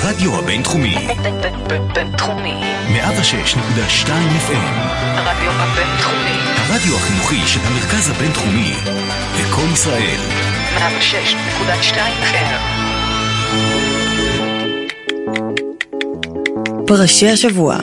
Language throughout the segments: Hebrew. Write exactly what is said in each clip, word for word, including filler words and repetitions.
הרדיו הבינתחומי. בינתחומי. מאה ושש נקודה שתיים אף אם. הרדיו הבינתחומי. הרדיו החינוכי של המרכז הבינתחומי. לקול ישראל. מאה ושש נקודה שתיים אף אם. פרשי השבוע.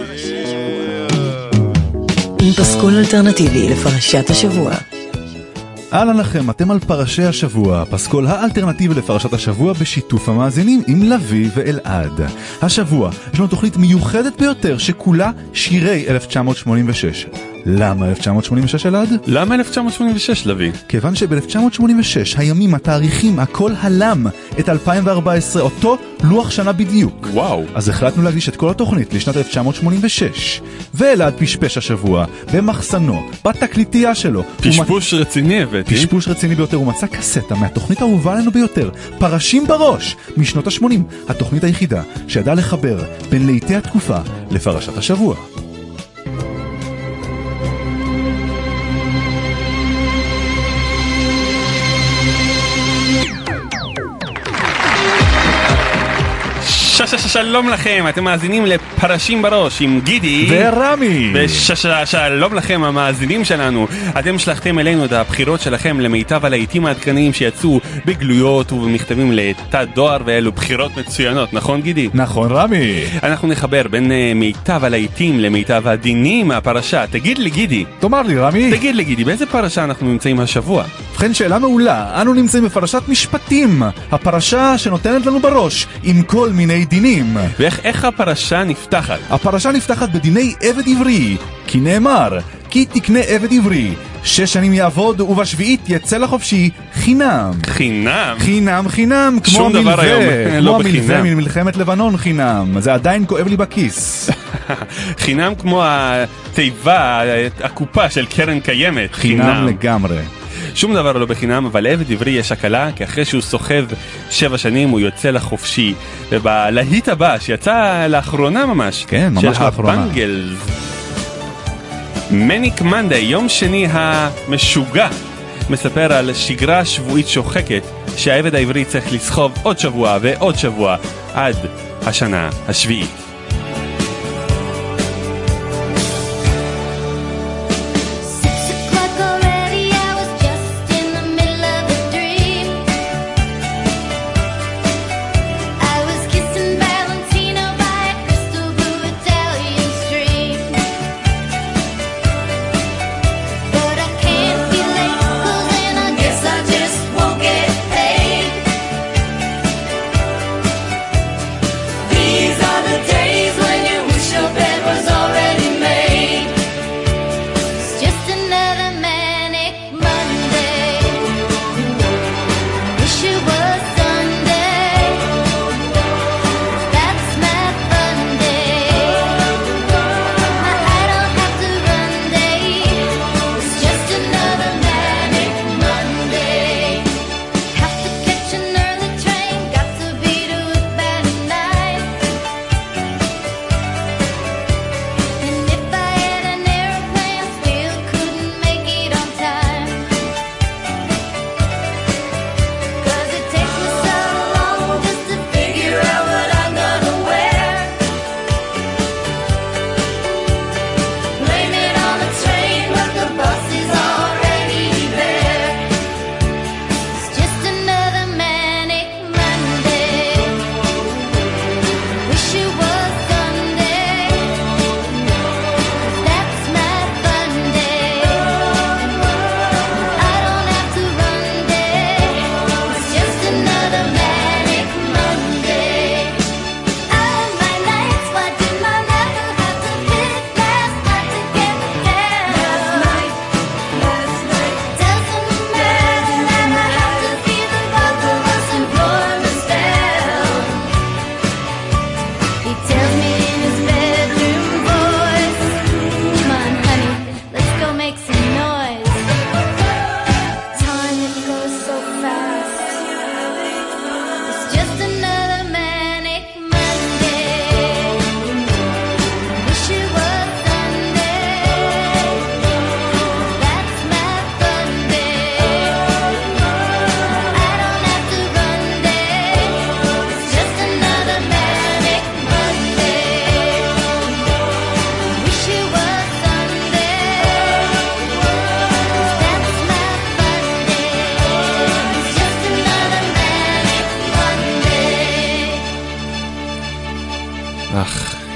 עם פסקול אלטרנטיבי לפרשת השבוע. אהלן לכם, אתם על פרשי השבוע, פסקול האלטרנטיבי לפרשת השבוע בשיתוף המאזינים עם לוי ואלעד. השבוע יש לנו תוכנית מיוחדת ביותר שכולה שירי אלף תשע מאות שמונים ושש. למה אלף תשע מאות שמונים ושש, אלעד? למה אלף תשע מאות שמונים ושש, לוי? כיוון שב-אלף תשע מאות שמונים ושש הימים, התאריכים, הכל הלם את אלפיים וארבע עשרה, אותו לוח שנה בדיוק. וואו. אז החלטנו להגיש את כל התוכנית לשנת אלף תשע מאות שמונים ושש. ואלעד פשפש השבוע במחסנו, בתקליטייה שלו. פשפוש ומצ... רציני הבאתי. פשפוש רציני ביותר, הוא מצא קסטה מהתוכנית האהובה עלינו ביותר, פרשים בראש, משנות ה-שמונים, התוכנית היחידה שידעה לחבר בין לעיתי התקופה לפרשת השבוע. שלום לכם, אתם מאזינים לפרשים בראש עם גידי ורמי. ושלום לכם המאזינים שלנו, אתם שלחתם אלינו את הבחירות שלכם למיטב הלהיטים העדכניים שיצאו בגלויות ובמכתבים לתת דואר, ואלו בחירות מצוינות, נכון גידי? נכון רמי. אנחנו נחבר בין מיטב הלהיטים למיטב הדינים מהפרשה. תגיד לי גידי, תאמר לי רמי, תגיד לי גידי, באיזה פרשה אנחנו נמצאים השבוע? ובכן, שאלה מעולה. אנו נמצאים בפרשת משפטים, הפרשה שנותנת לנו בראש עם כל מיני דינים. ואיך איך הפרשה נפתחת? הפרשה נפתחת בדיני עבד עברי, כי נאמר, כי תקנה עבד עברי, שש שנים יעבוד ובשביעית יצא לחופשי חינם. חינם? חינם חינם, כמו המלווה, היום, כמו לא המלווה ממלחמת לבנון חינם. זה עדיין כואב לי בכיס. חינם כמו התיבה, הקופה של קרן קיימת. חינם, חינם לגמרי. שום דבר לא בחינם, אבל עבד עברי יש הקלה, כי אחרי שהוא סוחב שבע שנים הוא יוצא לחופשי. ובלהיט הבא שיצא לאחרונה ממש, כן, ממש של לאחרונה, הבנגלס, מניק מנדי, יום שני המשוגע, מספר על שגרה שבועית שוחקת שהעבד העברי צריך לסחוב עוד שבוע ועוד שבוע עד השנה השביעית. These are the days.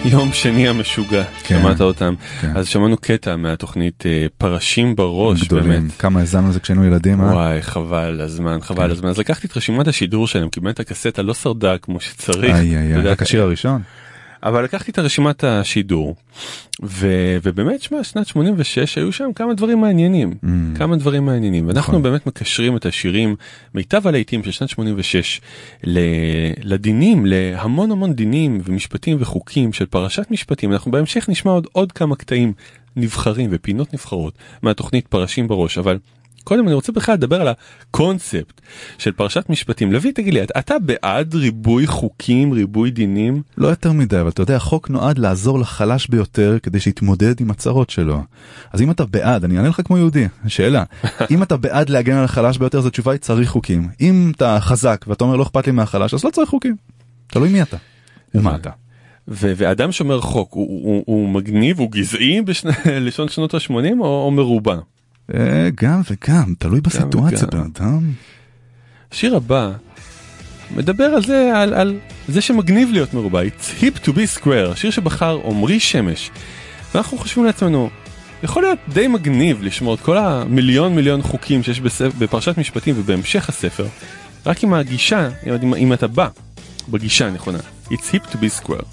יום שני המשוגע, כן, שמעת אותם. כן. אז שמענו קטע מהתוכנית אה, פרשים בראש, גדולים. באמת. כמה הזנו לזה כשהיינו ילדים, אה? וואי, חבל הזמן, חבל הזמן. אז לקחתי את רשימת השידור שלהם, כי באמת הקסטה לא שרדה כמו שצריך. איי, איי, איי, רק השיר הראשון. אבל לקחתי את רשימת השידור, ו- ובאמת, שמה, שנת שמונים ושש היו שם כמה דברים מעניינים, mm. כמה דברים מעניינים, ואנחנו נכון. באמת מקשרים את השירים, מיטב הלהיטים של שנת שמונים ושש, ל- לדינים, להמון המון דינים ומשפטים וחוקים של פרשת משפטים. אנחנו בהמשך נשמע עוד, עוד כמה קטעים נבחרים ופינות נבחרות מהתוכנית פרשים בראש, אבל קודם אני רוצה בכלל לדבר על הקונספט של פרשת משפטים. לוי, תגיד לי, אתה בעד ריבוי חוקים, ריבוי דינים? לא יותר מדי, אבל אתה יודע, החוק נועד לעזור לחלש ביותר כדי שיתמודד עם הצרות שלו. אז אם אתה בעד, אני אענה לך כמו יהודי, שאלה, אם אתה בעד להגן על החלש ביותר, זו תשובה היא צריך חוקים. אם אתה חזק ואתה אומר לא אכפת לי מהחלש, אז לא צריך חוקים. תלוי מי אתה. ומה אתה. ו- ואדם שומר חוק, הוא, הוא, הוא מגניב, הוא גזעי בלשון שנות ה-שמונים או, או מרובע? גם וגם, תלוי בסיטואציה באדם. השיר הבא מדבר על זה, על, על זה שמגניב להיות מרובע. It's hip to be square, השיר שבחר עומרי שמש. ואנחנו חושבים לעצמנו, יכול להיות די מגניב לשמור את כל המיליון מיליון חוקים שיש בספר, בפרשת משפטים ובהמשך הספר, רק עם הגישה, אם, אם אתה בא בגישה הנכונה. It's hip to be square.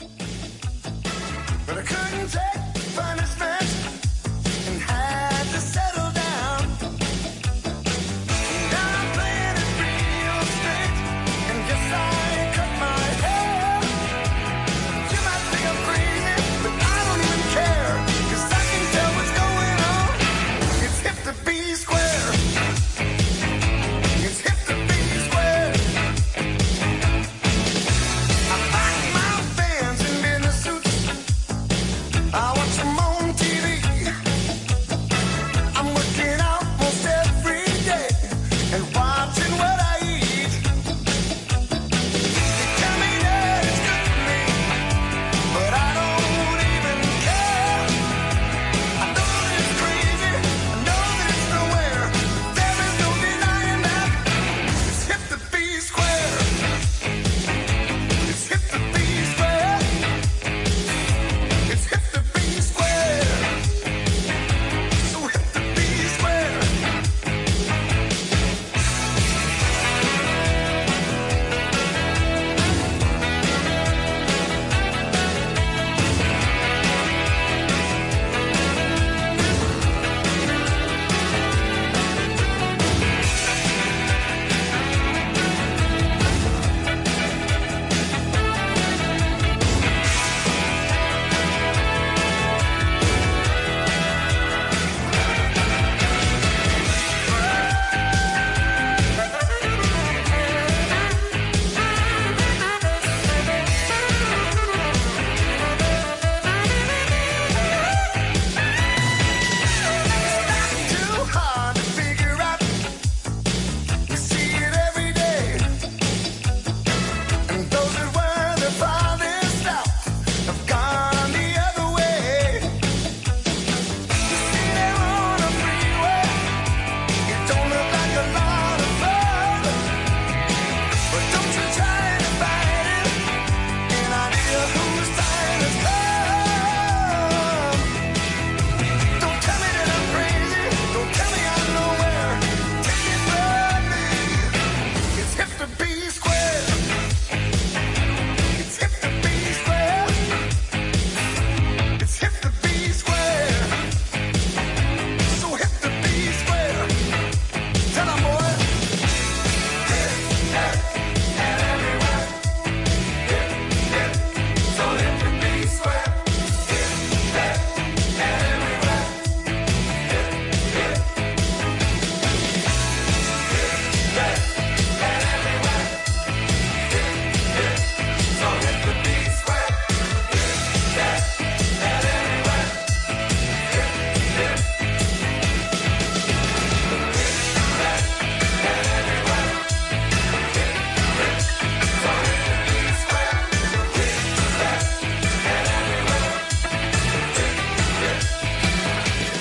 Fans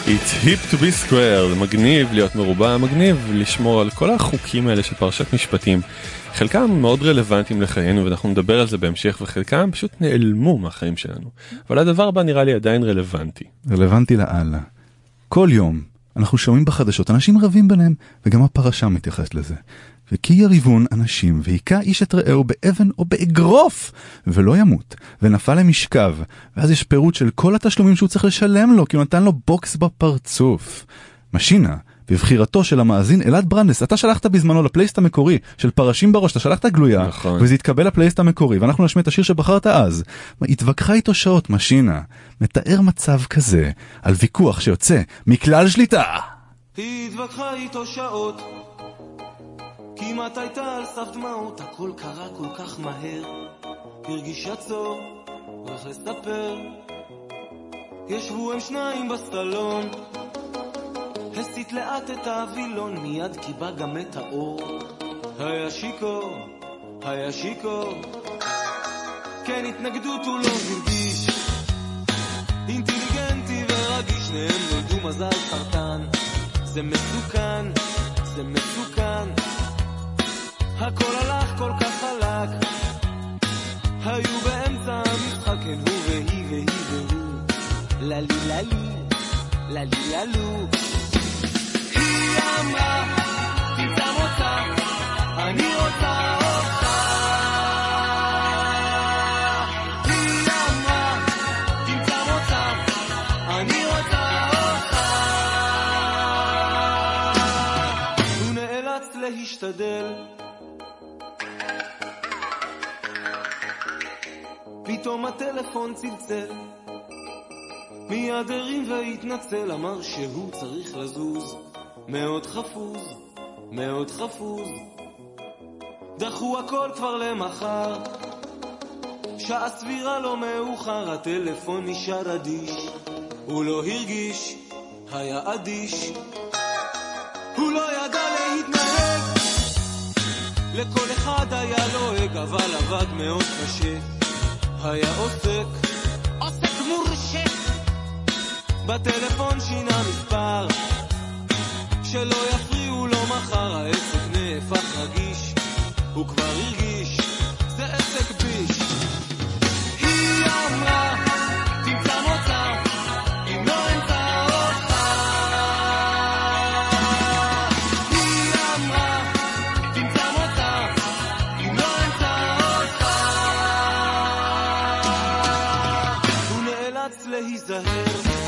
It's hip to be square, מגניב להיות מרובע, מגניב לשמור על כל החוקים האלה של פרשת משפטים. חלקם מאוד רלוונטיים לחיינו ואנחנו נדבר על זה בהמשך, וחלקם פשוט נעלמו מהחיים שלנו. אבל הדבר הבא נראה לי עדיין רלוונטי. רלוונטי לאללה. כל יום אנחנו שומעים בחדשות, אנשים רבים ביניהם, וגם הפרשה מתייחס לזה. וכי יריבון אנשים, ויקע איש את רעהו באבן או באגרוף, ולא ימות, ונפל למשכב, ואז יש פירוט של כל התשלומים שהוא צריך לשלם לו, כי הוא נתן לו בוקס בפרצוף. משינה, בבחירתו של המאזין אלעד ברנדס, אתה שלחת בזמנו לפלייסט המקורי של פרשים בראש, אתה שלחת גלויה, נכון. וזה התקבל לפלייסט המקורי, ואנחנו נשמיע את השיר שבחרת אז. התווכחה איתו שעות, משינה, מתאר מצב כזה, על ויכוח שיוצא מכלל שליטה. התווכחה איתו שעות, כמעט הייתה על סף דמעות, הכל קרה כל כך מהר, הרגישה צור, הולך לספר, ישבו הם שניים בסטלון, הסיט לאט את האבילון, מיד קיבה גם את האור, היה שיקור, היה שיקור, כן התנגדות הוא לא הרגיש, אינטליגנטי ורגיש, שניהם נולדו מזל סרטן, זה מסוכן, זה מסוכן, הכל הלך כל כך חלק, היו באמצע המשחק, כן הוא והיא והיא והוא, ללי ללי, ללי ללו, היא אמרה, תמצא מוצא, אני רוצה אותך, היא אמרה, תמצא מוצא, אני רוצה אותך, הוא נאלץ להשתדל, פתאום הטלפון צלצל, מיד הרים והתנצל, אמר שהוא צריך לזוז, מאוד חפוז, מאוד חפוז, דחו הכל כבר למחר, שעה סבירה לא מאוחר, הטלפון נשאר אדיש, הוא לא הרגיש, היה אדיש, הוא לא ידע להתנהג, לכל אחד היה לועג, אבל עבד מאוד קשה, היה עוסק, עוסק מורשה, בטלפון שינה מספר, שלא יפריעו לו מחר, העסק נהפך רגיש, הוא כבר הרגיש, זה עסק ביש, היא אמרה, תמצא מוצא, אם לא אמצא אותך, היא אמרה, תמצא מוצא, אם לא אמצא אותך, הוא נאלץ להיזהר,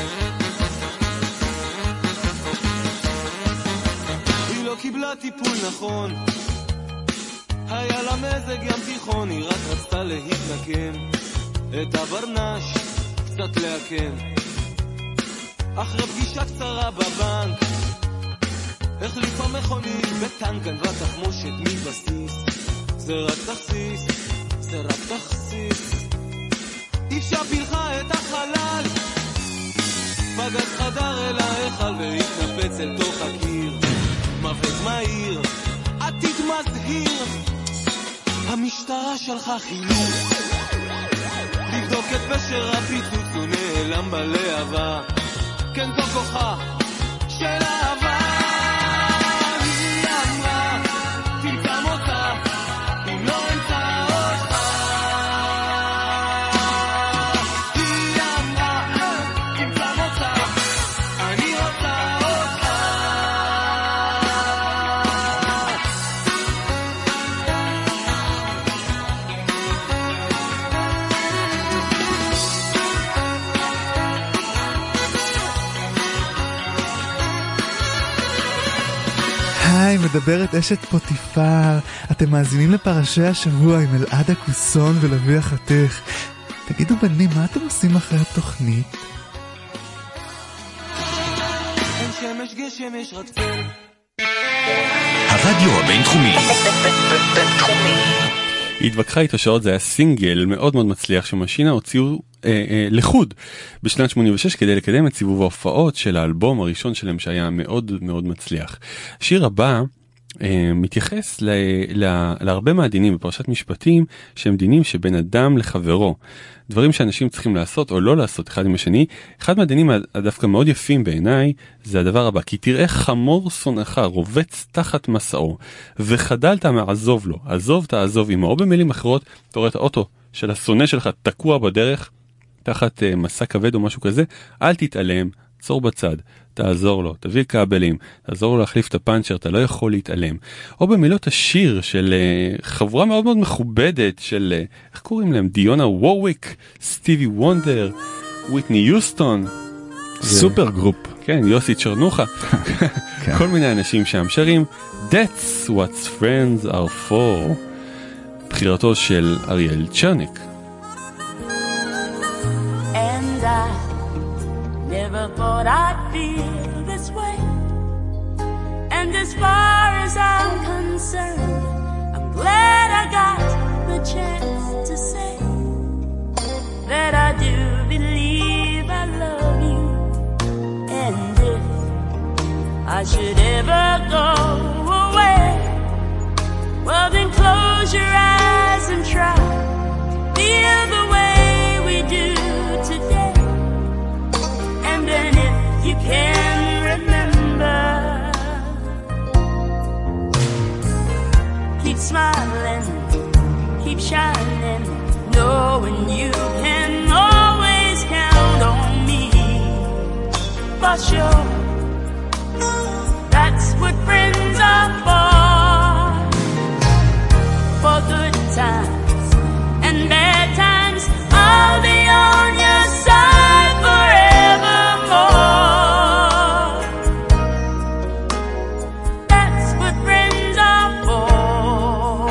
לא קיבלה טיפול נכון, היה לה מזג ים תיכון, היא רק רצתה להתנקם, את הברנש קצת להקם, אחרי פגישה קצרה בבנק, החליפה מכונית בטנק, גנבה תחמושת מבסיס, זה רק תכסיס, זה רק תכסיס, אישה פילחה את החלל, פגז חדר אל ההיכל והתנפץ אל תוך הקיר, מוות מהיר, עתיד מזהיר, המשטרה שלחה חילוץ, לבדוק את פשר הפיצוץ, הוא נעלם בלהבה, כן זו כוחה של אהבה, היא אמרה, תמצא מוצא, אם לא אמצא אותך, היא אמרה, תמצא מוצא, אני רוצה אותך, היי, מדברת אשת פוטיפר, אתם מאזינים לפרשי השבוע עם אלעד הקוסון ולוי החתך. תגידו בנים, מה אתם עושים אחרי התוכנית? אין שמש גשם יש רק צל, הרדיו הבינתחומי. בינתחומי. התווכחה איתו שעות, זה היה סינגל מאוד מאוד מצליח שמשינה הוציאו אה, אה, לחוד בשנת שמונים ושש כדי לקדם את סיבוב ההופעות של האלבום הראשון שלהם שהיה מאוד מאוד מצליח. השיר הבא מתייחס ל, ל, להרבה מהדינים בפרשת משפטים שהם דינים שבין אדם לחברו. דברים שאנשים צריכים לעשות או לא לעשות אחד עם השני. אחד מהדינים הדווקא מאוד יפים בעיניי זה הדבר הבא. כי תראה חמור שונאך רובץ תחת מסעו וחדלת מעזוב לו. עזוב תעזוב עמו. או במילים אחרות, אתה רואה את האוטו של השונא שלך תקוע בדרך תחת uh, מסע כבד או משהו כזה. אל תתעלם, צור בצד. תעזור לו, תביא קאבלים, תעזור לו להחליף את הפאנצ'ר, אתה לא יכול להתעלם. או במילות השיר של uh, חברה מאוד מאוד מכובדת של, uh, איך קוראים להם? דיונה וורוויק, סטיבי וונדר, וויטני יוסטון. סופר גרופ. כן, יוסי צ'רנוחה. כל מיני אנשים שם שרים, That's what friends are for. בחירתו של אריאל צ'רניק. And I never thought I'd feel this way. And as far as I'm concerned, I'm glad I got the chance to say that I do believe I love you. And if I should ever go away, well then close your eyes and try feel the way we do today. And then if you can remember, keep smiling, keep shining, knowing you can always count on me. For sure, that's what friends are for. For good times and bad times, I'll be on your side forevermore. That's what friends are for.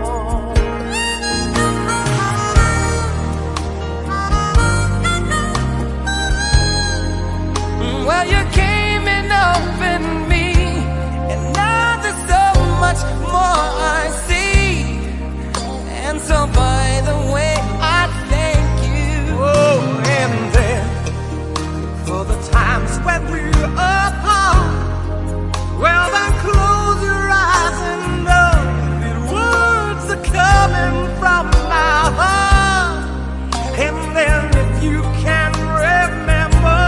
Well, you came and opened me, and now there's so much more I see. And so by the way, I thank you. Oh, and then for the times when we're apart, well then close your eyes and know that words are coming from my heart. And then if you can remember,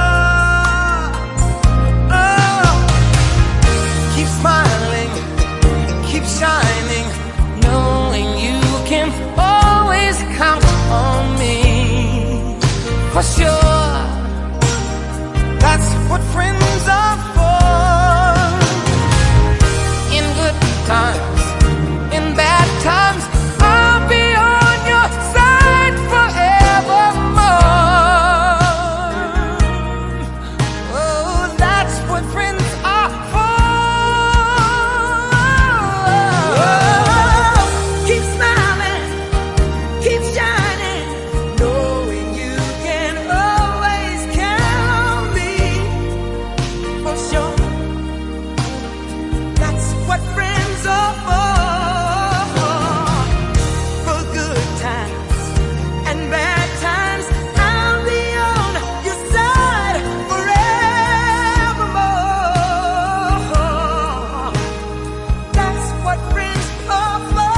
oh, keep smiling, keep shining, knowing you can always count on me. For sure, that's what friends are for. In good times, in bad times, I'll be on your side forevermore. Oh, that's what friends are for. Oh, keep smiling, keep shining, knowing you can always count on me. For sure, that's what friends are for. For good times and bad times, I'll be on your side forevermore. That's what friends are for.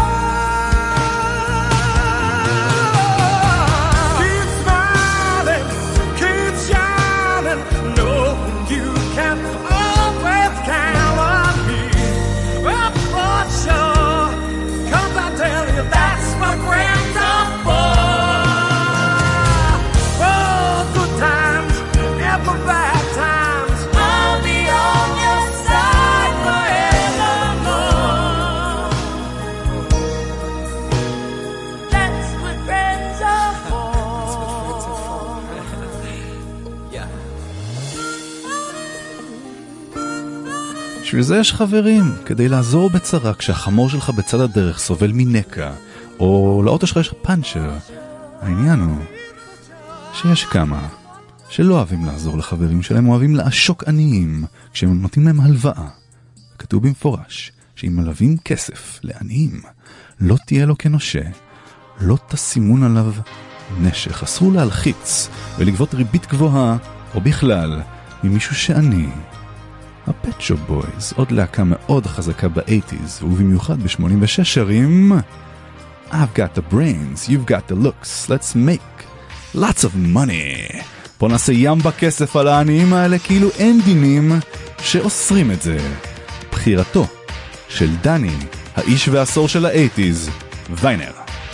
Keep smiling, keep shining, knowing you can always count on me. Oh, for sure, 'cause I tell you that's what friends are for. Oh, good times and the bad times, I'll be on your side forevermore. That's what friends are for. בשביל זה יש חברים, כדי לעזור בצרה כשהחמור שלך בצד הדרך סובל מנקע, או לאוטו שלך יש פאנצ'ר. העניין הוא שיש כמה שלא אוהבים לעזור לחברים שלהם, אוהבים לעשוק עניים כשהם נותנים להם הלוואה. כתוב במפורש שאם מלווים כסף לעניים, לא תהיה לו כנושה, לא תשימון עליו נשך. אסור להלחיץ ולגבות ריבית גבוהה, או בכלל, ממישהו שעני. הפט שופ בויז, עוד להקה מאוד חזקה ב-שמונים, ובמיוחד ב-שמונים ושש שרים I've got the brains, you've got the looks, let's make lots of money. בוא נעשה ים בכסף על העניים האלה, כאילו אין דינים שאוסרים את זה. בחירתו של דני, האיש והעשור של ה-שמונים, ויינר.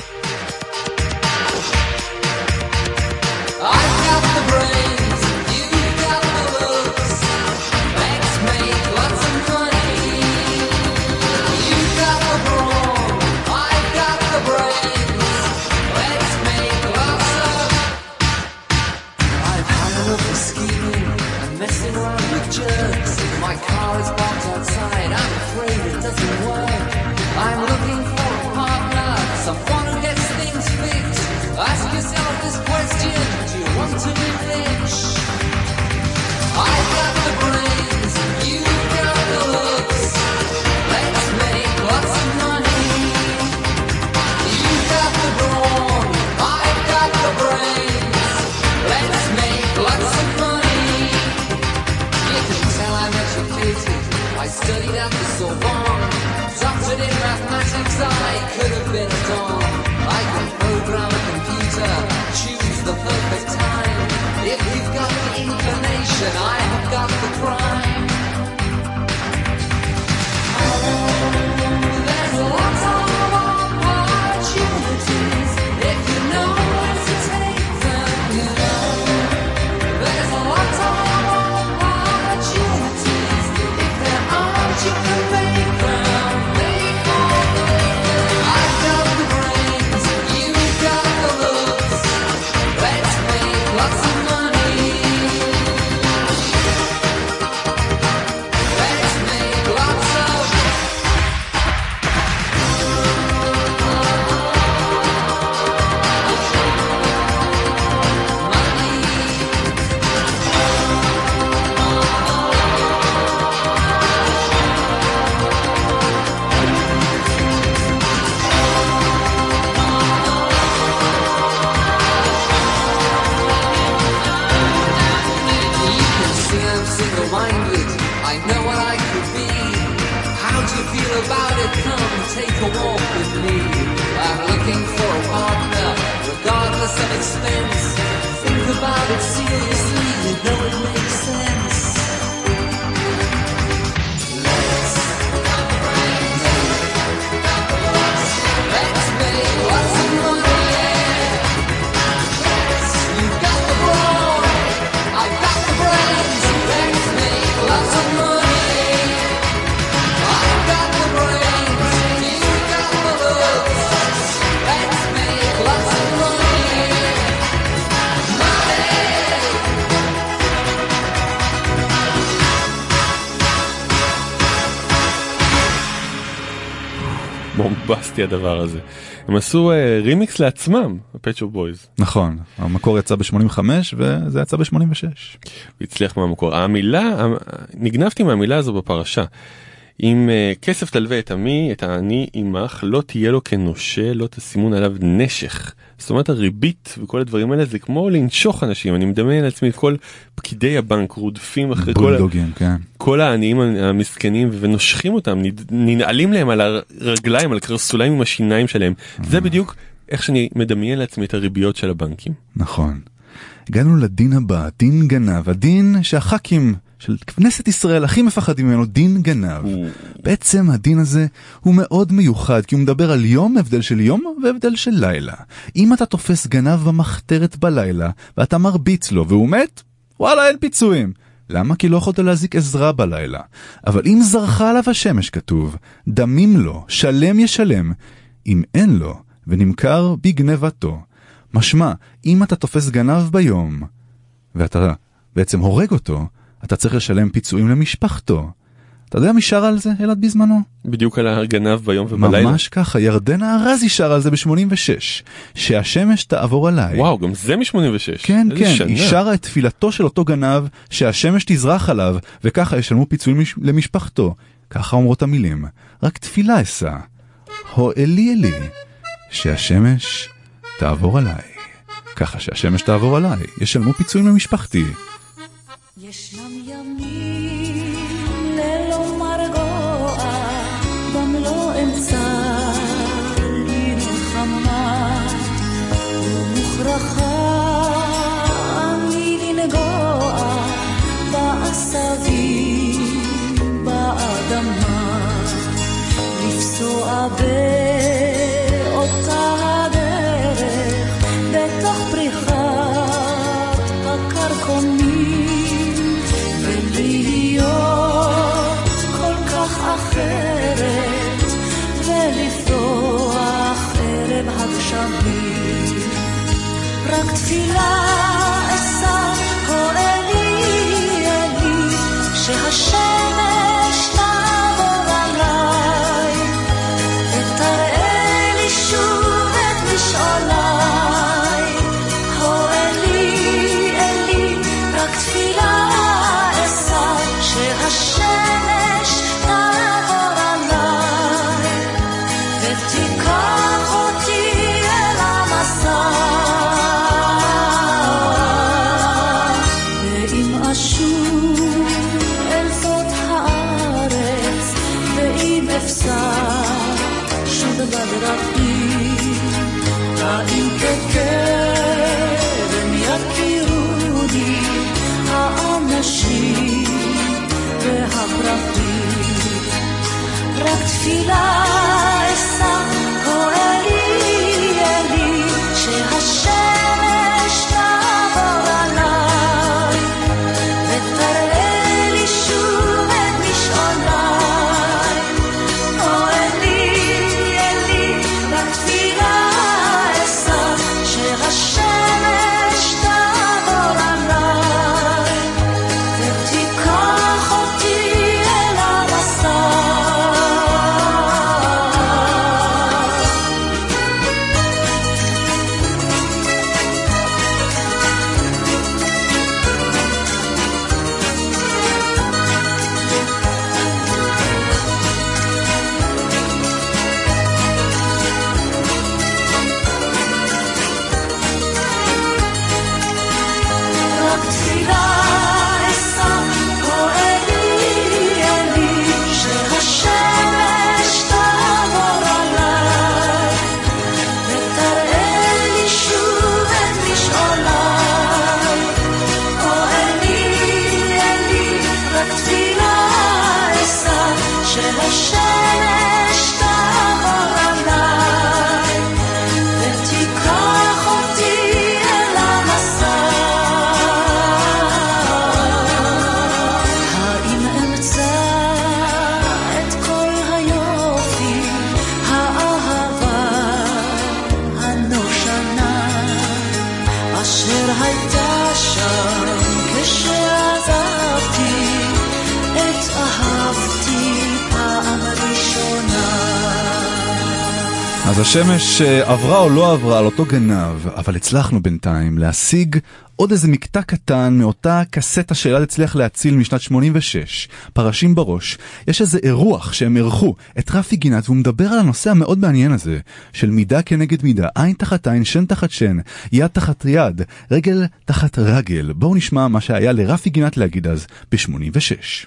בומבסטי הדבר הזה. הם עשו uh, רימיקס לעצמם, הפט שופ בויז. נכון, המקור יצא ב-שמונים וחמש וזה יצא ב-שמונים ושש. הצליח מהמקור. המילה, נגנבתי מהמילה הזו בפרשה. אם uh, כסף תלווה את עמי, את העני עמך, לא תהיה לו כנושה, לא תשימון עליו נשך. זאת אומרת, הריבית וכל הדברים האלה זה כמו לנשוך אנשים. אני מדמיין לעצמי את כל פקידי הבנק רודפים אחרי כל, כן. כל העניים המסכנים ונושכים אותם, ננעלים להם על הרגליים, על קרסוליים עם השיניים שלהם. זה בדיוק איך שאני מדמיין לעצמי את הריביות של הבנקים. נכון. הגענו לדין הבא, דין גנב, הדין שהח"כים של כנסת ישראל הכי מפחדים ממנו, דין גנב. בעצם הדין הזה הוא מאוד מיוחד, כי הוא מדבר על יום, הבדל של יום והבדל של לילה. אם אתה תופס גנב במחתרת בלילה, ואתה מרביץ לו והוא מת, וואלה, אין פיצויים. למה? כי לא יכולת להזיק עזרה בלילה. אבל אם זרחה עליו השמש כתוב, דמים לו, שלם ישלם. אם אין לו, ונמכר בגנבתו. משמע, אם אתה תופס גנב ביום, ואתה בעצם הורג אותו, אתה צריך לשלם פיצויים למשפחתו. אתה יודע מי שר על זה, אלעד, בזמנו? בדיוק על הגנב ביום ובלילה. ממש ככה, ירדנה ארזי שר על זה ב-שמונים ושש, שהשמש תעבור עליי. וואו, גם זה מ-שמונים ושש. כן, כן, שנה. היא שרה את תפילתו של אותו גנב, שהשמש תזרח עליו, וככה ישלמו פיצויים למשפחתו. ככה אומרות המילים. רק תפילה אסע. הו אלי אלי, שהשמש תעבור עליי. ככה שהשמש תעבור עליי, ישלמו פיצויים למשפחתי. ישנם ימים אותה באותה הדרך בתוך פריחת הקרקומים ולהיות כל כך אחרת ולפתוח ערב הגשמים רק תפילה אשא כה אלי אלי שהשמש תעבור עליי ותראה לי שוב את משעוליי כה אלי אלי רק תפילה אשא שהשמש תעבור עליי ותיקח אותי אל המסע ואם אשוב אל זאת הארץ ואם אפסע שוב בדרכים האם כקרן יכירוני האנשים והפרחים רק תפילה אשא כה אלי אלי שהשמש תעבור עליי ותראה לי שוב את משעוליי כה אלי אלי רק תפילה אשא שהשמש תעבור עליי ותיקח אותי אל המסע רק תפילה אשא כה אלי אלי שהשמש תעבור עליי ותראה לי שוב את משעוליי כה אלי אלי רק תפילה אשא שהשמש תעבור עליי ותיקח אותי אל המסע האם אמצא את כל היופי האהבה הנושנה אשר הייתה שם כשעזבתי את אהבתי פעם ראשונה אז השמש עברה או לא עברה על אותו גנב, אבל הצלחנו בינתיים להשיג עוד איזה מקטע קטן מאותה קסטה שאלעד הצליח להציל משנת שמונים ושש, פרשים בראש. יש איזה אירוח שהם ערכו את רפי גינת, והוא מדבר על הנושא המאוד מעניין הזה, של מידה כנגד מידה, עין תחת עין, שן תחת שן, יד תחת יד, רגל תחת רגל. בואו נשמע מה שהיה לרפי גינת להגיד אז ב-שמונים ושש.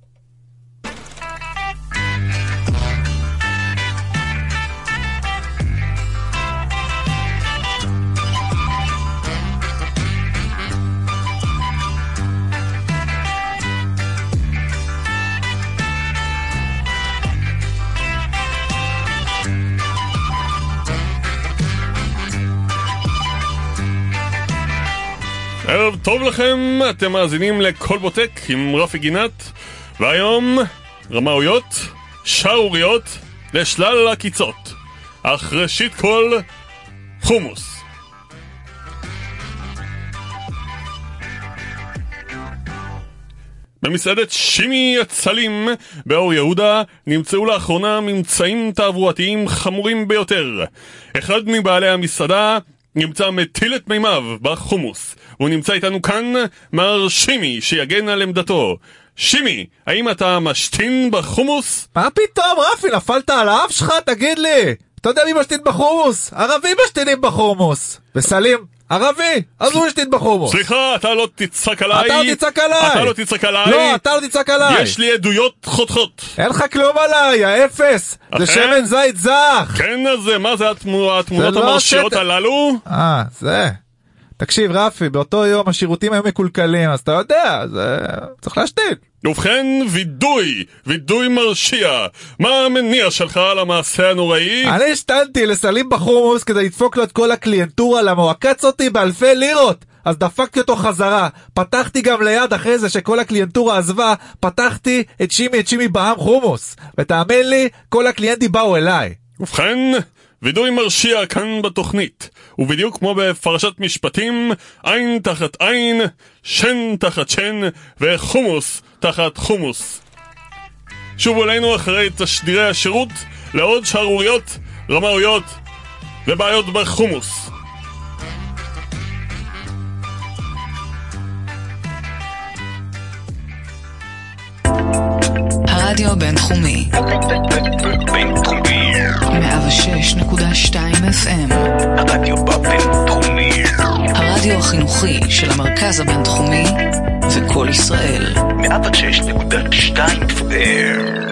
ערב טוב לכם, אתם מאזינים לכל בוטק עם רפי גינת, והיום רמאויות, שערוריות לשלל הקיצות, אך ראשית כל חומוס. במסעדת שימי הצלים באור יהודה נמצאו לאחרונה ממצאים תעבורתיים חמורים ביותר. אחד מבעלי המסעדה נמצא מטיל את מימיו בחומוס. הוא נמצא איתנו כאן, מר שימי, שיגן על עמדתו. שימי, האם אתה משתין בחומוס? מה פתאום, רפי, נפלת על האף שלך? תגיד לי, אתה יודע מי משתין בחומוס? ערבים משתינים בחומוס. וסלים, ערבי, אז הוא משתין בחומוס. סליחה, אתה לא תצחק עליי. אתה לא תצחק עליי. אתה לא תצחק עליי. לא, אתה לא תצחק עליי. יש לי עדויות חותכות. אין לך כלום עליי, האפס. זה שמן זית זך. כן, אז מה זה התמונות המרשיות הללו? אה, זה. תקשיב רפי, באותו יום השירותים היו מקולקלים, אז אתה יודע, זה... צריך להשתין. ובכן, וידוי, וידוי מרשיע. מה המניע שלך על המעשה הנוראי? אני השתנתי לסלים בחומוס כדי לדפוק לו את כל הקליינטורה, למה הוא עקץ אותי באלפי לירות. אז דפקתי אותו חזרה. פתחתי גם ליד אחרי זה שכל הקליינטורה עזבה, פתחתי את שימי את שימי בעם חומוס. ותאמין לי, כל הקליינטים באו אליי. ובכן, וידוי מרשיע כאן בתוכנית, ובדיוק כמו בפרשת משפטים, עין תחת עין, שן תחת שן, וחומוס תחת חומוס. שובו אלינו אחרי תשדירי השירות לעוד שערוריות, רמאויות ובעיות בחומוס. הרדיו הבינתחומי בינתחומי מאה ושש נקודה שתיים אף אם, הרדיו בבינתחומי, הרדיו החינוכי של המרכז הבינתחומי וכל ישראל. מאה ושש נקודה שתיים אף אם.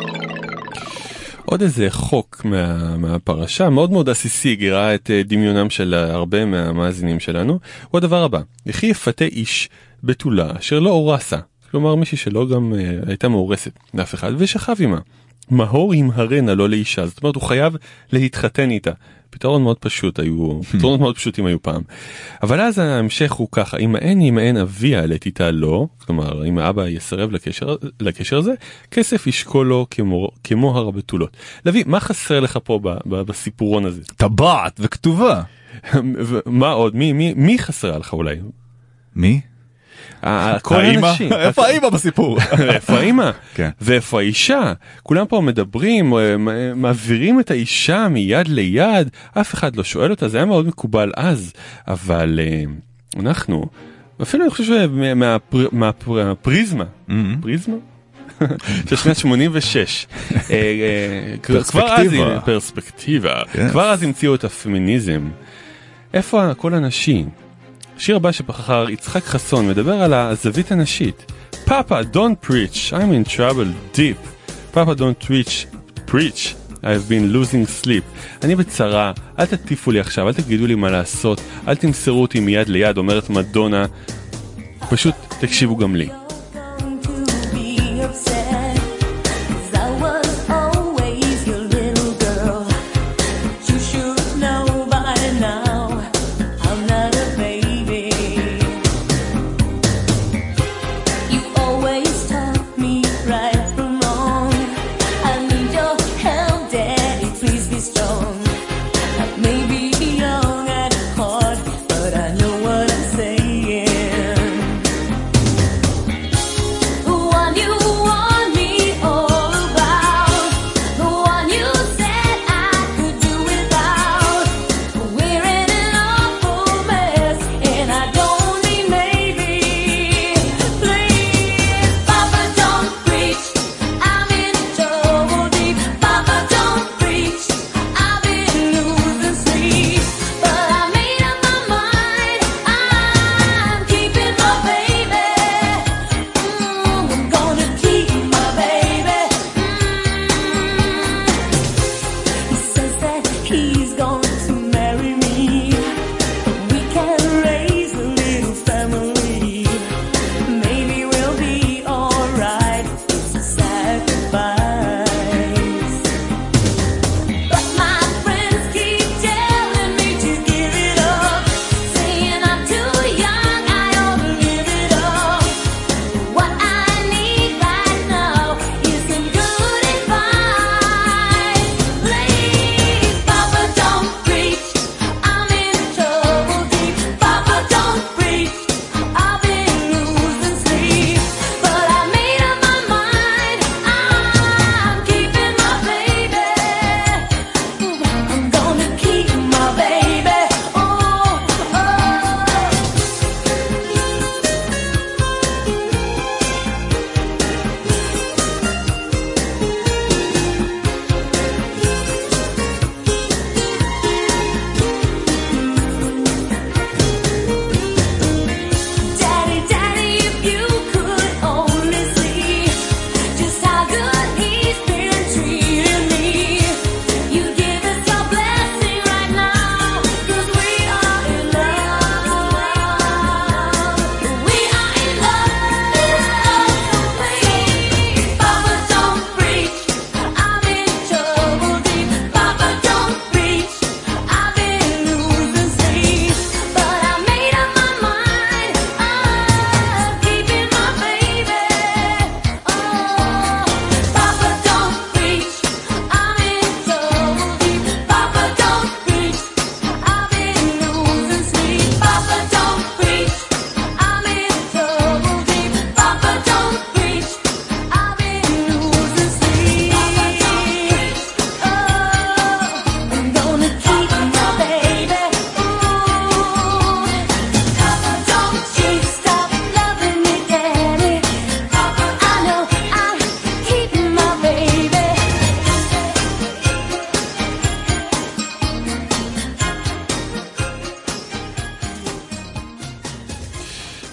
עוד איזה חוק מה, מהפרשה, מאוד מאוד עסיסי, גירה את דמיונם של הרבה מהמאזינים שלנו. הוא הדבר הבא: וכי יפתה איש בתולה אשר לא אורסה, כלומר מישהי שלא גם uh, הייתה מאורסת לאף אחד, ושכב עימה. מהור ימהרנה לא לאישה, זאת אומרת הוא חייב להתחתן איתה. פתרון מאוד פשוט היו, פתרונות מאוד פשוטים היו פעם. אבל אז ההמשך הוא ככה: אם האין אם האין אביה לתיתה לא, כלומר אם האבא יסרב לקשר, לקשר הזה, כסף ישקול לו כמו, כמו הר הבתולות. לוי, מה חסר לך פה ב, ב, בסיפורון הזה? טבעת וכתובה. מה עוד? מי, מי, מי חסרה לך אולי? מי? כל האנשים. איפה האמא בסיפור? איפה האמא? כן. ואיפה האישה? כולם פה מדברים, מעבירים את האישה מיד ליד, אף אחד לא שואל אותה, זה היה מאוד מקובל אז, אבל אנחנו, אפילו אני חושב מהפריזמה, פריזמה? של שנת שמונים ושש, כבר אז, פרספקטיבה, כבר אז המציאו את הפמיניזם. איפה כל הנשים? שיר הבא שבחר יצחק חסון מדבר על הזווית הנשית. Papa, don't preach, I'm in trouble deep. Papa, don't preach, preach, I've been losing sleep. אני בצרה, אל תטיפו לי עכשיו, אל תגידו לי מה לעשות, אל תמסרו אותי מיד ליד, אומרת מדונה. פשוט תקשיבו גם לי.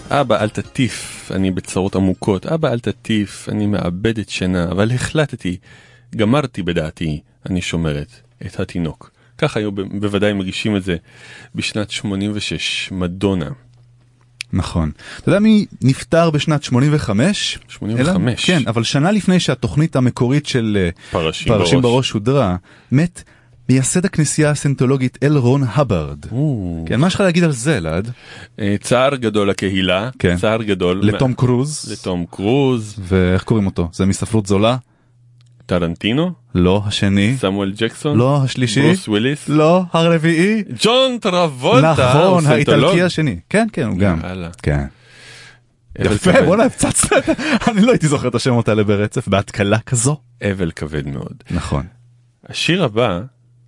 אבא אל תטיף, אני בצרות עמוקות, אבא אל תטיף, אני מאבדת שינה, אבל החלטתי, גמרתי בדעתי, אני שומרת את התינוק. ככה היו בוודאי מרגישים את זה בשנת שמונים ושש, מדונה. נכון. אתה יודע מי נפטר בשנת שמונים וחמש? שמונים וחמש. כן, אבל שנה לפני שהתוכנית המקורית של פרשים, פרשים בראש. בראש הודרה, מת מייסד הכנסייה הסנטולוגית אל רון הברד. כן, מה יש לך להגיד על זה, אלעד? צער גדול לקהילה, כן. צער גדול. לתום קרוז. לתום קרוז. ואיך קוראים אותו? זה מספרות זולה? טרנטינו? לא, השני. סמואל ג'קסון? לא, השלישי. ברוס וויליס? לא, הרביעי. ג'ון טרבולטה. נכון, האיטלקי השני. כן, כן, הוא גם. יאללה. כן. יפה, בוא נפצץ. אני לא הייתי זוכר את השמות האלה ברצף, בהתקלה כזו. אבל כבד מאוד. נכון. השיר הבא,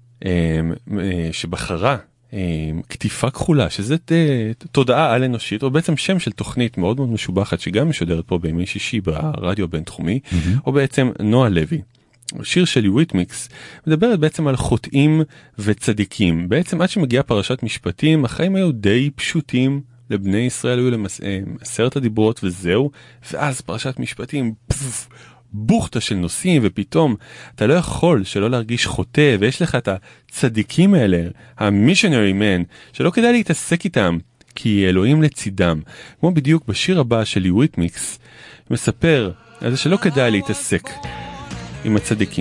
שבחרה כתיפה כחולה, שזה תודעה על אנושית, או בעצם שם של תוכנית מאוד מאוד משובחת, שגם משודרת פה בימי שישי ברדיו הבינתחומי, או בעצם נועה לוי. השיר של יוויטמיקס מדברת בעצם על חוטאים וצדיקים. בעצם עד שמגיעה פרשת משפטים, החיים היו די פשוטים, לבני ישראל היו עשרת הדיברות וזהו, ואז פרשת משפטים, פוף, בוכתה של נושאים, ופתאום אתה לא יכול שלא להרגיש חוטא, ויש לך את הצדיקים האלה, המישנרי מן, שלא כדאי להתעסק איתם, כי אלוהים לצידם. כמו בדיוק בשיר הבא של יוויטמיקס, מספר על זה שלא כדאי להתעסק עם הצדיקים.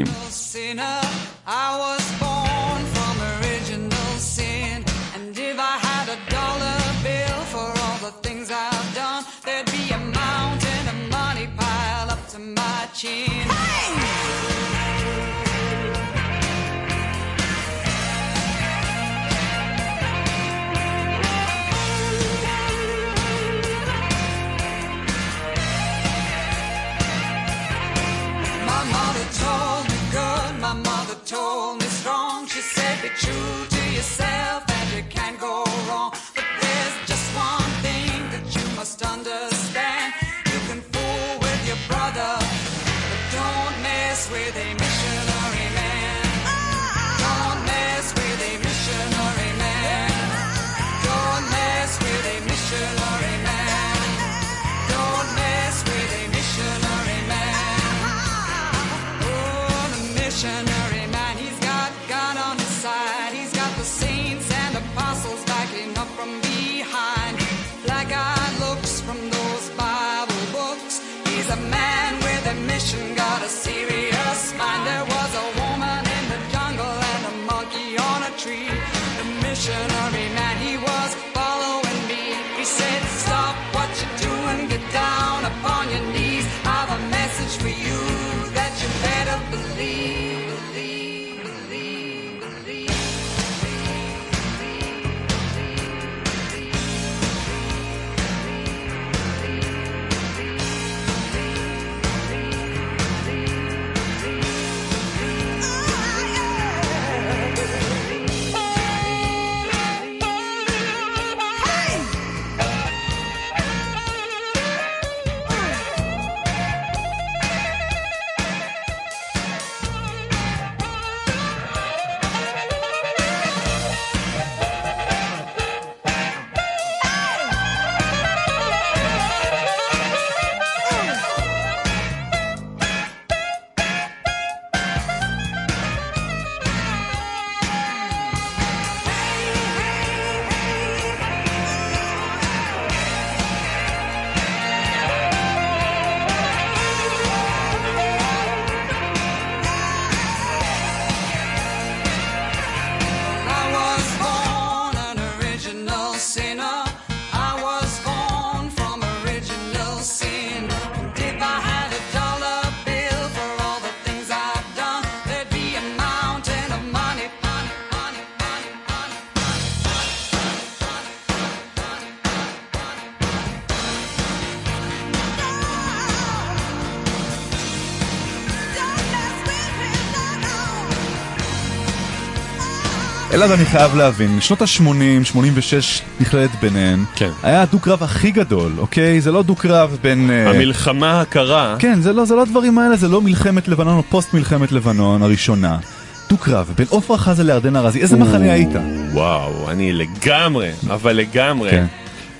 אלעד, אני חייב להבין, שנות ה-שמונים, שמונים ושש נכללת ביניהן, כן. היה הדו-קרב הכי גדול, אוקיי? זה לא דו-קרב בין... המלחמה הקרה. כן, זה לא, זה לא הדברים האלה, זה לא מלחמת לבנון או פוסט מלחמת לבנון הראשונה. דו-קרב בין עופרה חזה לירדן ארזי, איזה מחנה היית? וואו, אני לגמרי, אבל לגמרי. כן.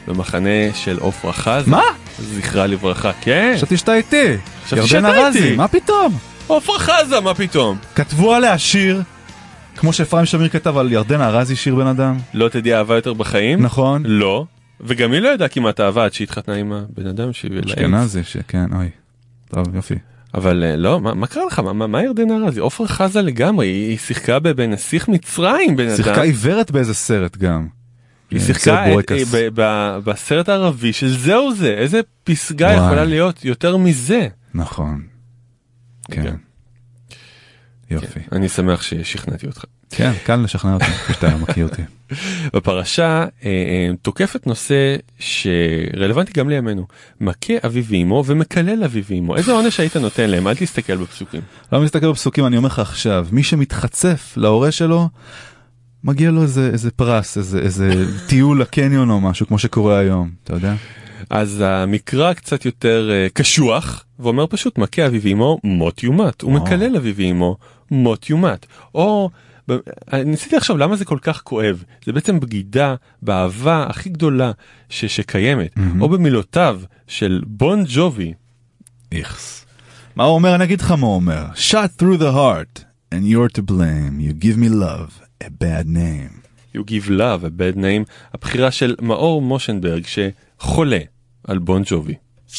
במחנה של עופרה חזה. מה? זכרה לברכה, כן. חשבתי שאתה איתי. חשבתי שאתה ירדן ארזי, איתי. מה פתאום? עופרה חזה, מה פתאום? כתבו עליה שיר, כמו שאפרים שמיר כתב על ירדן ארזי, שיר בן אדם. לא תדעי אהבה יותר בחיים? נכון. לא. וגם היא לא ידעה כמעט אהבה עד שהתחתנה עם הבן אדם שהביא להם. אשכנזי, שכן, אוי. טוב, יופי. אבל לא, מה, מה קרה לך? מה, מה ירדן ארזי? עופרה חזה לגמרי, היא, היא שיחקה בנסיך מצרים, בן אדם. שיחקה עיוורת באיזה סרט גם. היא שיחקה את, ב, ב, בסרט הערבי של זהו זה, איזה פסגה וואי. יכולה להיות יותר מזה. נכון. כן. כן. יופי. כן. אני שמח ששכנעתי אותך. כן, קל לשכנע אותי, כשאתה מכיר אותי. בפרשה אה, תוקפת נושא שרלוונטי גם לימינו, מכה אבי ואמו ומקלל אבי ואמו. איזה עונש היית נותן להם? אל תסתכל בפסוקים. לא מסתכל בפסוקים, אני אומר לך עכשיו, מי שמתחצף להורה שלו, מגיע לו איזה, איזה פרס, איזה, איזה טיול לקניון או משהו, כמו שקורה היום, אתה יודע? אז המקרא קצת יותר uh, קשוח, ואומר פשוט, מכה אבי ואמו, מות יומת. הוא מקלל אבי ואמו, מות יומת. או, ניסיתי עכשיו, למה זה כל כך כואב? זה בעצם בגידה באהבה הכי גדולה ש- שקיימת. Mm-hmm. או במילותיו של בון ג'ובי. איכס. מה הוא אומר? אני אגיד לך מה הוא אומר. Shot through the heart, and you're to blame. You give me love, a bad name. You give love, a bad name. הבחירה של מאור מושנברג, שחולה על בון ג'ובי.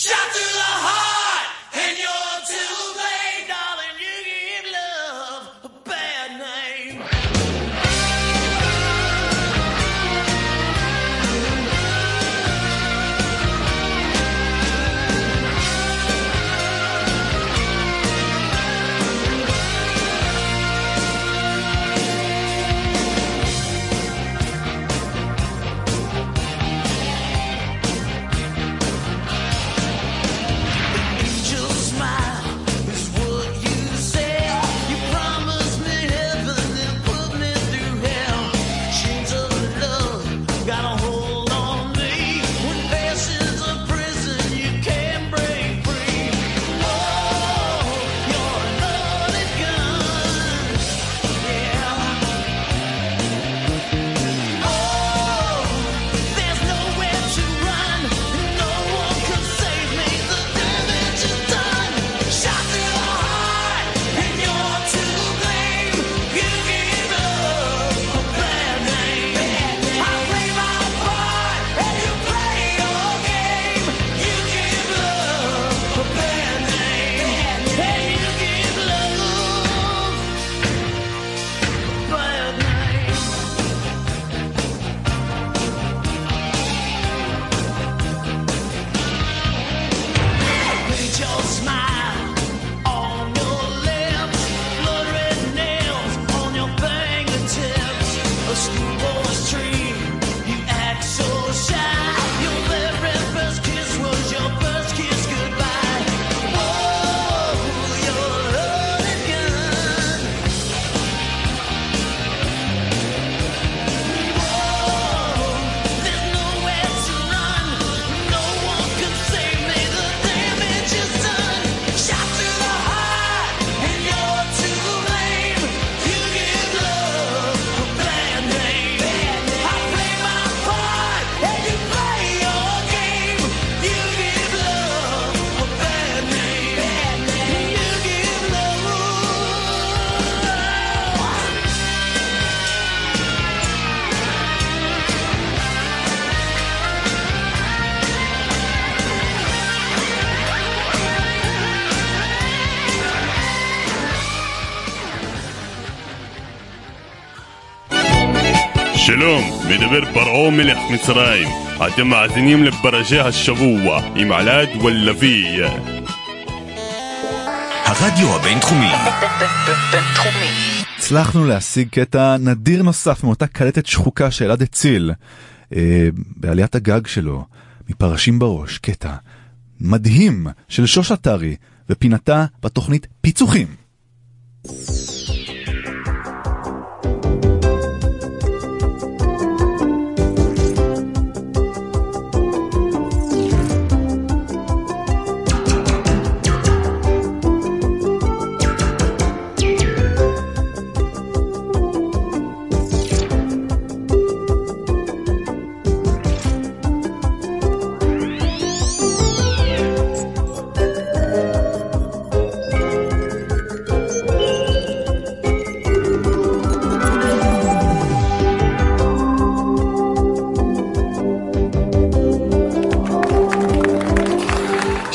שלום, מדבר פרעה מלך מצרים. אתם מאזינים לפרשי השבוע עם עלד ולוי. הרדיו הבינתחומי. בינתחומי. הצלחנו להשיג קטע נדיר נוסף מאותה קלטת שחוקה של אלעד הציל אה, בעליית הגג שלו, מפרשים בראש, קטע מדהים של שוש אתרי ופינתה בתוכנית פיצוחים.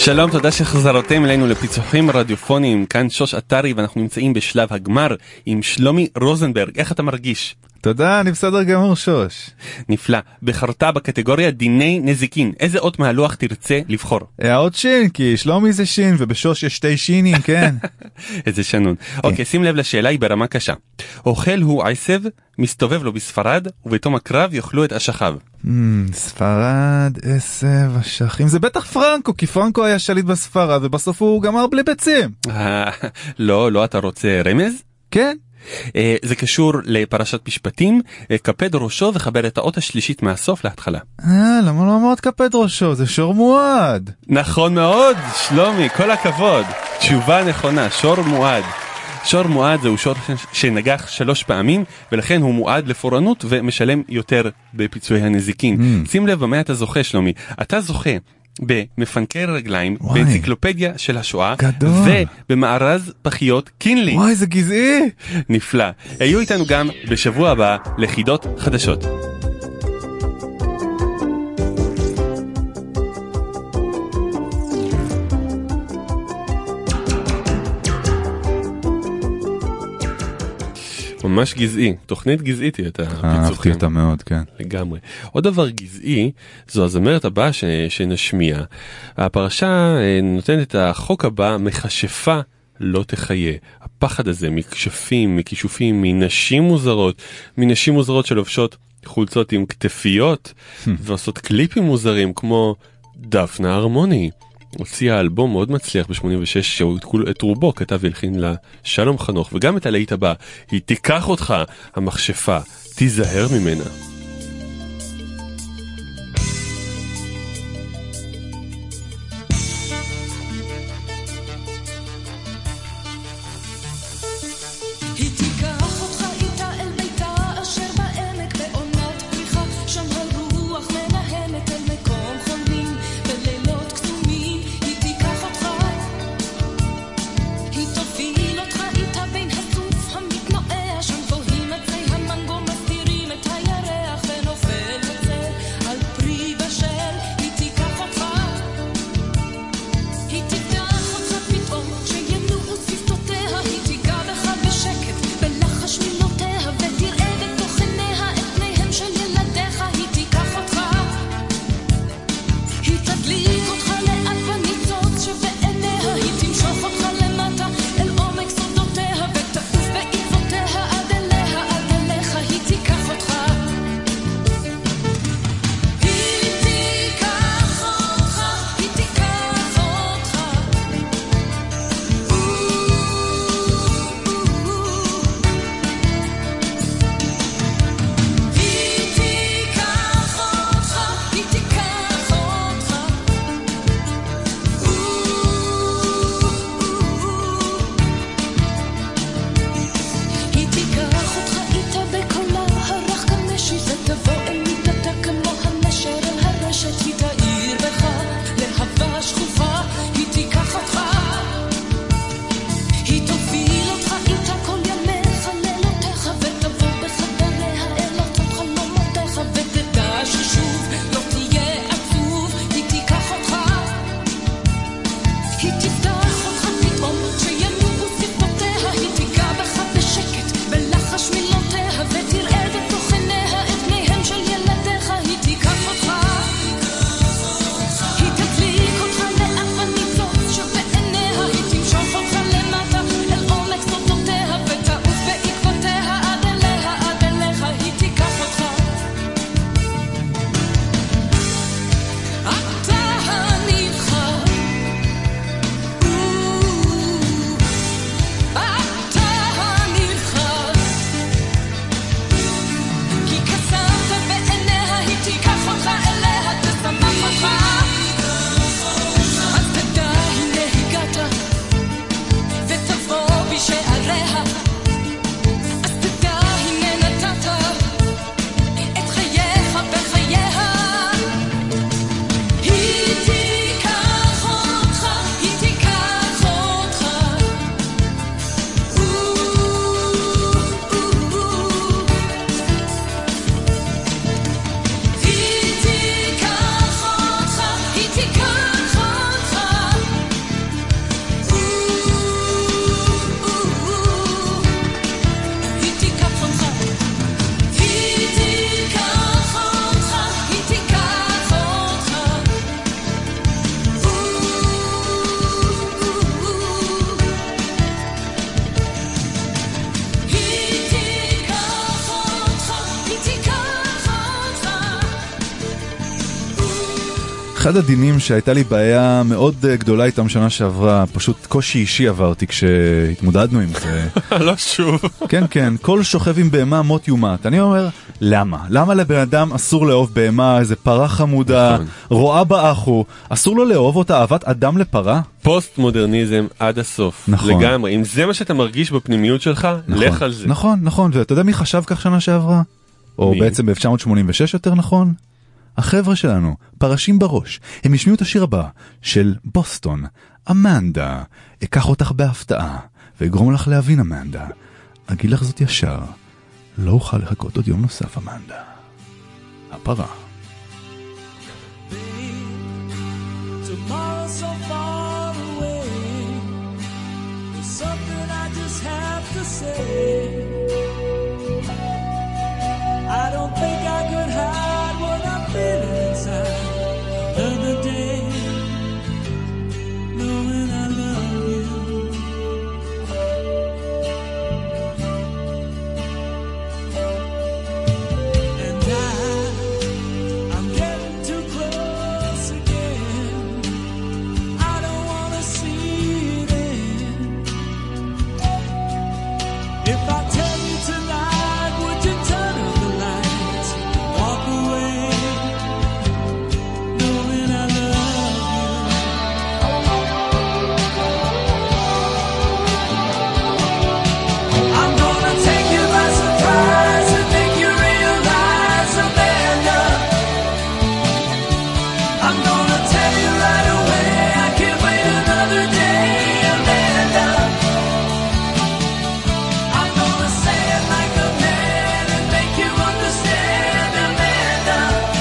שלום, תודה שחזרתם אלינו לפיצוחים רדיופוניים, כאן שוש אתרי ואנחנו נמצאים בשלב הגמר עם שלומי רוזנברג. איך אתה מרגיש? תודה, אני בסדר גמור שוש. נפלא. בחרת בקטגוריה דיני נזיקין, איזה אות מהלוח תרצה לבחור? האות שין, כי שלומי זה שין ובשוש יש שתי שינים, כן. איזה שנון. אוקיי, שים לב לשאלה, היא ברמה קשה. אוכל הוא עשב, מסתובב לו בספרד, ובתום הקרב יאכלו את אשכיו. ספרד, עשב, אשכים, זה בטח פרנקו, כי פרנקו היה שליט בספרד ובסוף הוא גמר בלי ביצים. לא, לא, אתה רוצה רמז? כן. זה קשור לפרשת משפטים, כפד ראשו וחבר את האות השלישית מהסוף להתחלה. אה, למה לא אמרת כפד ראשו? זה שור מועד. נכון מאוד, שלומי, כל הכבוד. תשובה נכונה, שור מועד. שור מועד זהו שור שנגח שלוש פעמים, ולכן הוא מועד לפורענות ומשלם יותר בפיצויי הנזיקין. שים לב במה אתה זוכה, שלומי. אתה זוכה במפנקי רגליים, באנציקלופדיה של השואה, גדול. ובמארז פחיות קינלי. וואי, זה גזעי. נפלא. היו איתנו גם בשבוע הבא לחידות חדשות. ממש גזעי, תוכנית גזעית היא את הפיצוחים. אהבתי אותה מאוד, כן. לגמרי. עוד דבר גזעי, זו הזמרת הבאה ש... שנשמיע. הפרשה נותנת את החוק הבא, מכשפה לא תחיה. הפחד הזה מכשפים, מכישופים, מנשים מוזרות, מנשים מוזרות שלובשות חולצות עם כתפיות, ועושות קליפים מוזרים כמו דפנה הרמוני. הוציאה אלבום מאוד מצליח ב-שמונים ושש, שאת רובו כתב והלחין לה שלום חנוך, וגם את הלהיט הבא, היא תיקח אותך המכשפה, תיזהר ממנה. המנגו מסתירים את הירח אחד הדינים שהייתה לי בעיה מאוד גדולה איתם שנה שעברה, פשוט קושי אישי עברתי כשהתמודדנו עם זה. לא שוב. כן, כן, כל שוכב עם בהמה מות יומת. אני אומר, למה? למה לבן אדם אסור לאהוב בהמה, איזה פרה חמודה, רואה באחו, אסור לו לאהוב אותה אהבת אדם לפרה? פוסט מודרניזם עד הסוף. נכון. לגמרי. אם זה מה שאתה מרגיש בפנימיות שלך, נכון, לך על זה. נכון, נכון. ואתה יודע מי חשב כך שנה שעברה? או מי? בעצם ב-אלף תשע מאות שמונים ושש יותר נכון? החבר'ה שלנו, פרשים בראש, הם ישמיעו את השיר הבא של בוסטון, אמנדה. אקח אותך בהפתעה, ואגרום לך להבין אמנדה. אגיד לך זאת ישר, לא אוכל לחכות עוד יום נוסף אמנדה. הפרה. Tomorrow's so far away. There's something I just have to say. I don't think I could hide what I'm feeling inside. Another day, knowing I love you. And I, I'm getting too close again. I don't wanna see it end. If I tell you tonight, would you turn on the lights, walk away, knowing I love you? I'm gonna take you by surprise and make you realize, Amanda. I'm gonna tell you right away, I can't wait another day, Amanda. I'm gonna say it like a man and make you understand, Amanda.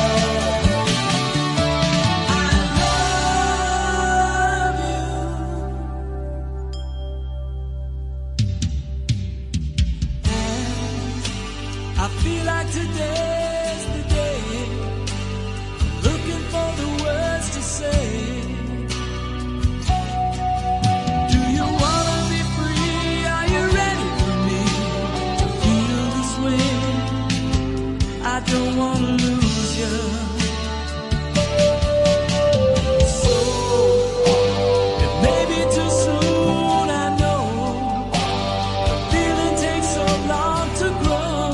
I love you. I feel like today's the day, looking for the words to say. Do you wanna be free? Are you ready for me to feel this way? I don't wanna lose you. So it may be too soon, I know. The feeling takes so long to grow.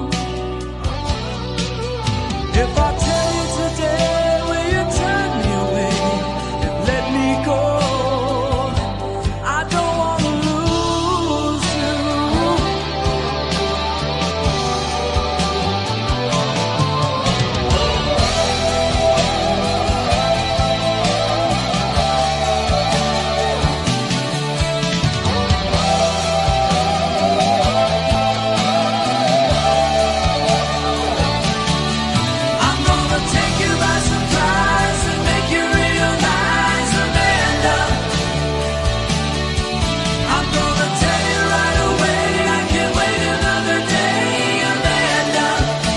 If I tell you today, will you turn me away and let me go? I don't wanna lose you. I'm gonna take you by surprise and make you realize, Amanda. I'm gonna tell you right away, I can't wait another day, Amanda.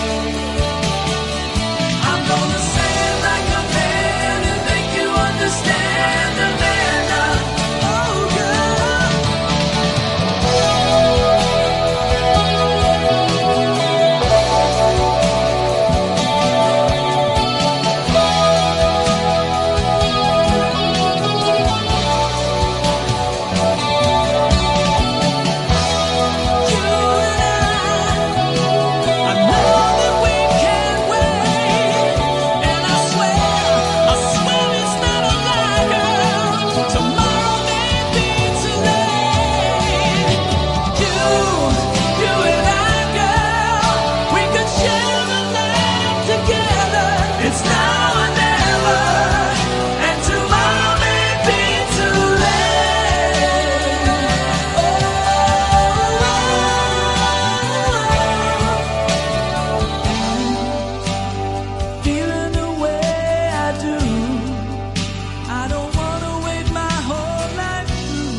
I'm gonna say it like a man and make you understand, Amanda. Oh, girl. You and I, I know that we can't wait, and I swear, I swear it's not a lie, girl. Tomorrow may be too late. You, you and I, girl, we could share a life together. It's now or never, and tomorrow may be too late. Feeling the way I do, I don't wanna wait my whole life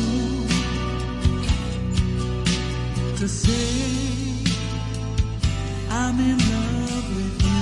through to say I'm in love with you.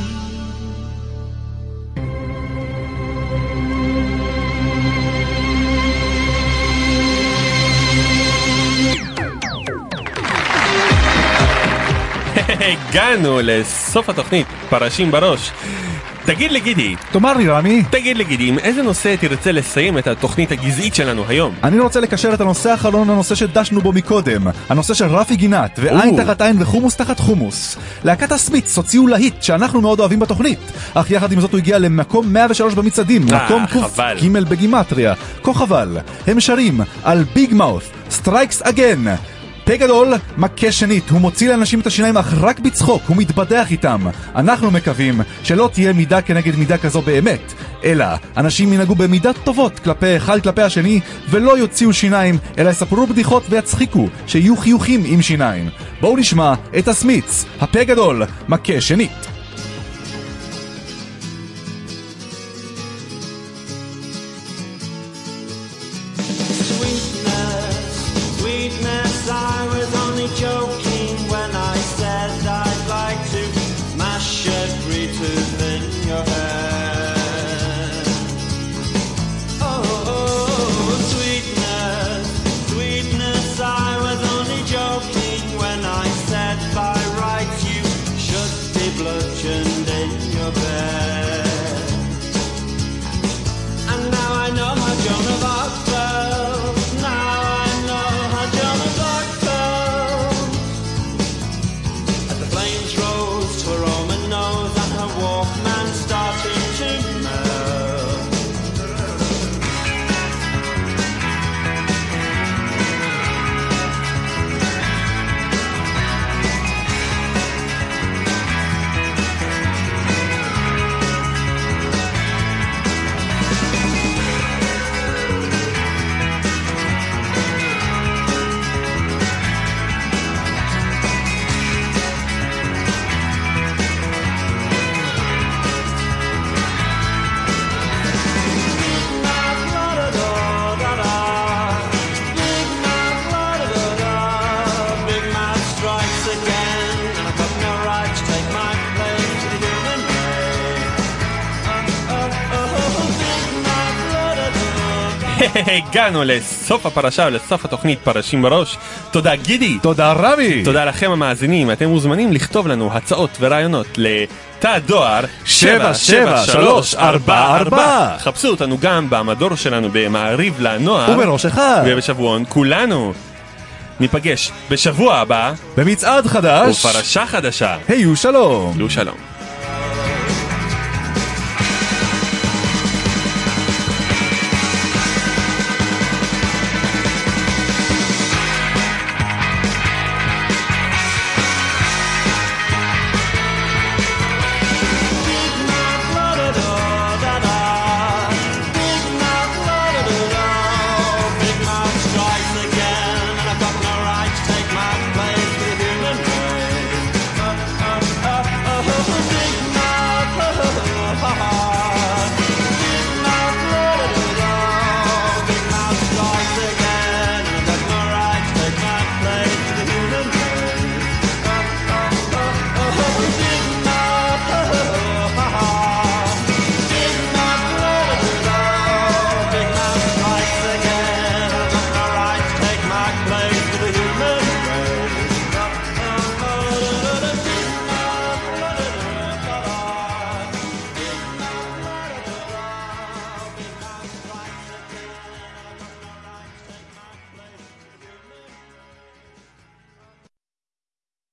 הגענו לסוף התוכנית, פרשים בראש. תגיד לי גידי, תאמר לי רמי, תגיד לי גידי, עם איזה נושא תרצה לסיים את התוכנית הגזעית שלנו היום? אני רוצה לקשר את הנושא האחרון לנושא שדשנו בו מקודם, הנושא של רפי גינת, ועין תחת עין וחומוס תחת חומוס. להקת הסמיץ הוציאו להיט שאנחנו מאוד אוהבים בתוכנית, אך יחד עם זאת הוא הגיע למקום מאה ושלוש במצעדים, מקום קוף ג' בגימטריה. כה חבל. הם שרים על ביג מאות', סטרייקס אגן. פה גדול, מכה שנית, הוא מוציא לאנשים את השיניים אך רק בצחוק, הוא מתבדח איתם. אנחנו מקווים שלא תהיה מידה כנגד מידה כזו באמת, אלא אנשים ינהגו במידת טובות כלפי אחד כלפי השני, ולא יוציאו שיניים, אלא יספרו בדיחות ויצחיקו, שיהיו חיוכים עם שיניים. בואו נשמע את הסמיץ, הפה גדול, מכה שנית. הגענו לסוף הפרשה ולסוף התוכנית פרשים בראש. תודה גידי, תודה רבי, תודה לכם המאזינים. אתם מוזמנים לכתוב לנו הצעות ורעיונות לתא דואר שבע שבע שלוש ארבע ארבע. חפשו אותנו גם במדור שלנו במעריב לנוער ובראש אחד ובשבועון כולנו. ניפגש בשבוע הבא במצעד חדש ופרשה חדשה. היו שלום. היו שלום.